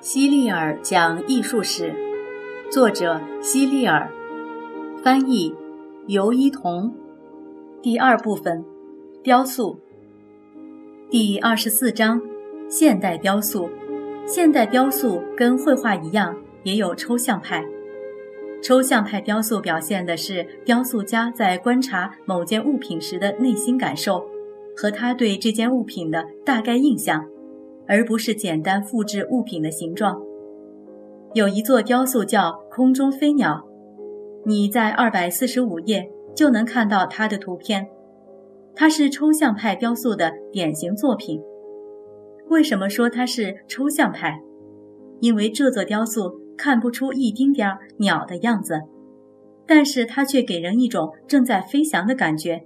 希利尔讲艺术史，作者希利尔，翻译尤一彤。第二部分，雕塑。第24章，现代雕塑。现代雕塑跟绘画一样，也有抽象派。抽象派雕塑表现的是雕塑家在观察某件物品时的内心感受和他对这件物品的大概印象，而不是简单复制物品的形状。有一座雕塑叫空中飞鸟，你在245页就能看到它的图片。它是抽象派雕塑的典型作品。为什么说它是抽象派？因为这座雕塑看不出一丁点鸟的样子，但是它却给人一种正在飞翔的感觉。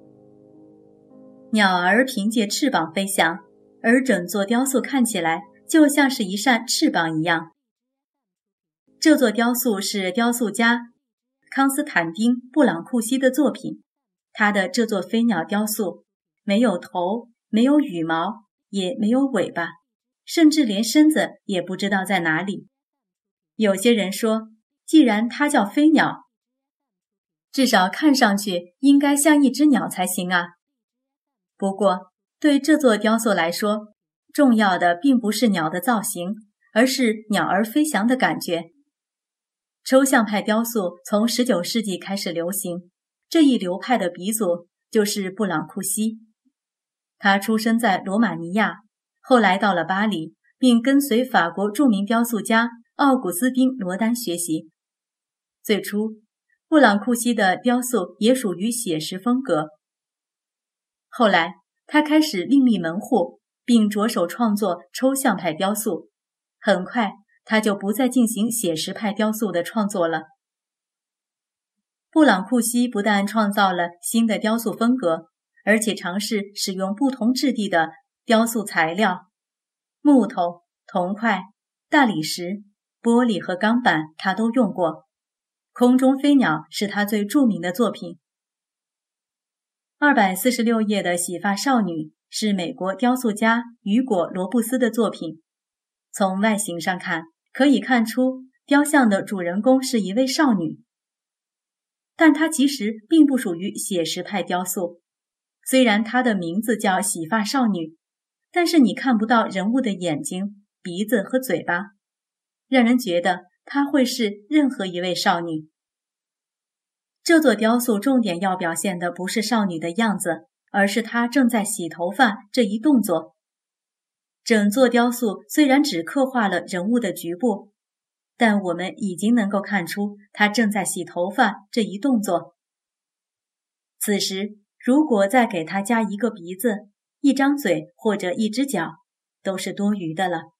鸟儿凭借翅膀飞翔，而整座雕塑看起来就像是一扇翅膀一样。这座雕塑是雕塑家康斯坦丁·布朗库西的作品。他的这座飞鸟雕塑没有头，没有羽毛，也没有尾巴，甚至连身子也不知道在哪里。有些人说，既然它叫飞鸟，至少看上去应该像一只鸟才行啊。不过，对这座雕塑来说，重要的并不是鸟的造型，而是鸟儿飞翔的感觉。抽象派雕塑从19世纪开始流行，这一流派的鼻祖就是布朗库西。他出生在罗马尼亚，后来到了巴黎，并跟随法国著名雕塑家奥古斯丁·罗丹学习。最初，布朗库西的雕塑也属于写实风格。后来，他开始另立门户，并着手创作抽象派雕塑。很快，他就不再进行写实派雕塑的创作了。布朗库西不但创造了新的雕塑风格，而且尝试使用不同质地的雕塑材料，木头、铜块、大理石、玻璃和钢板他都用过。空中飞鸟是他最著名的作品。246页的洗发少女是美国雕塑家雨果·罗布斯的作品。从外形上看，可以看出雕像的主人公是一位少女，但她其实并不属于写实派雕塑。虽然她的名字叫洗发少女，但是你看不到人物的眼睛、鼻子和嘴巴，让人觉得她会是任何一位少女。这座雕塑重点要表现的不是少女的样子，而是她正在洗头发这一动作。整座雕塑虽然只刻画了人物的局部，但我们已经能够看出她正在洗头发这一动作。此时，如果再给她加一个鼻子、一张嘴或者一只脚，都是多余的了。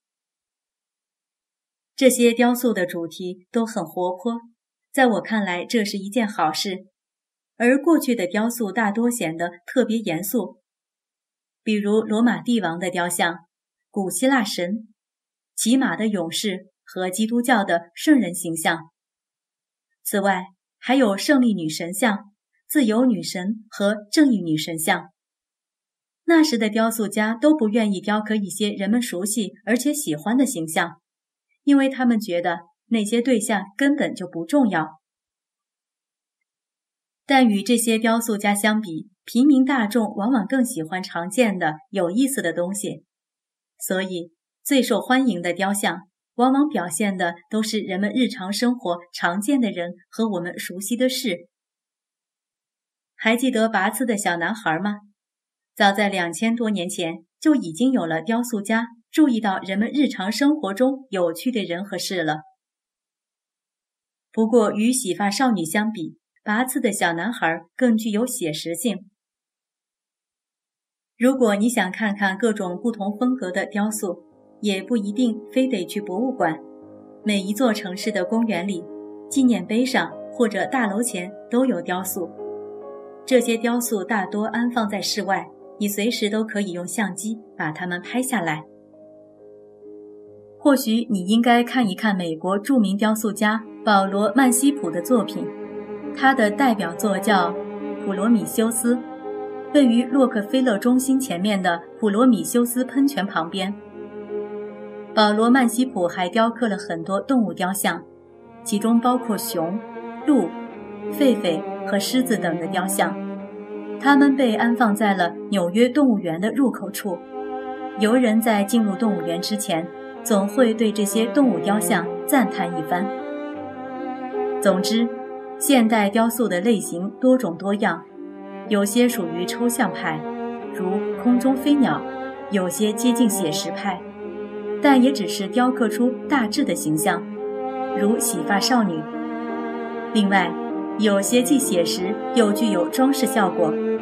这些雕塑的主题都很活泼，在我看来这是一件好事，而过去的雕塑大多显得特别严肃，比如罗马帝王的雕像、古希腊神、骑马的勇士和基督教的圣人形象。此外，还有胜利女神像、自由女神和正义女神像。那时的雕塑家都不愿意雕刻一些人们熟悉而且喜欢的形象，因为他们觉得那些对象根本就不重要。但与这些雕塑家相比，平民大众往往更喜欢常见的、有意思的东西，所以最受欢迎的雕像往往表现的都是人们日常生活常见的人和我们熟悉的事。还记得拔刺的小男孩吗？早在2000多年前就已经有了雕塑家注意到人们日常生活中有趣的人和事了。不过与洗发少女相比，拔刺的小男孩更具有写实性。如果你想看看各种不同风格的雕塑，也不一定非得去博物馆。每一座城市的公园里、纪念碑上或者大楼前都有雕塑。这些雕塑大多安放在室外，你随时都可以用相机把它们拍下来。或许你应该看一看美国著名雕塑家保罗·曼西普的作品。他的代表作叫《普罗米修斯》，位于洛克菲勒中心前面的普罗米修斯喷泉旁边。 保罗·曼西普还雕刻了很多动物雕像，其中包括熊、鹿、狒狒和狮子等的雕像。它们被安放在了纽约动物园的入口处。游人在进入动物园之前，总会对这些动物雕像赞叹一番。总之，现代雕塑的类型多种多样，有些属于抽象派，如空中飞鸟，有些接近写实派，但也只是雕刻出大致的形象，如洗发少女。另外，有些既写实又具有装饰效果，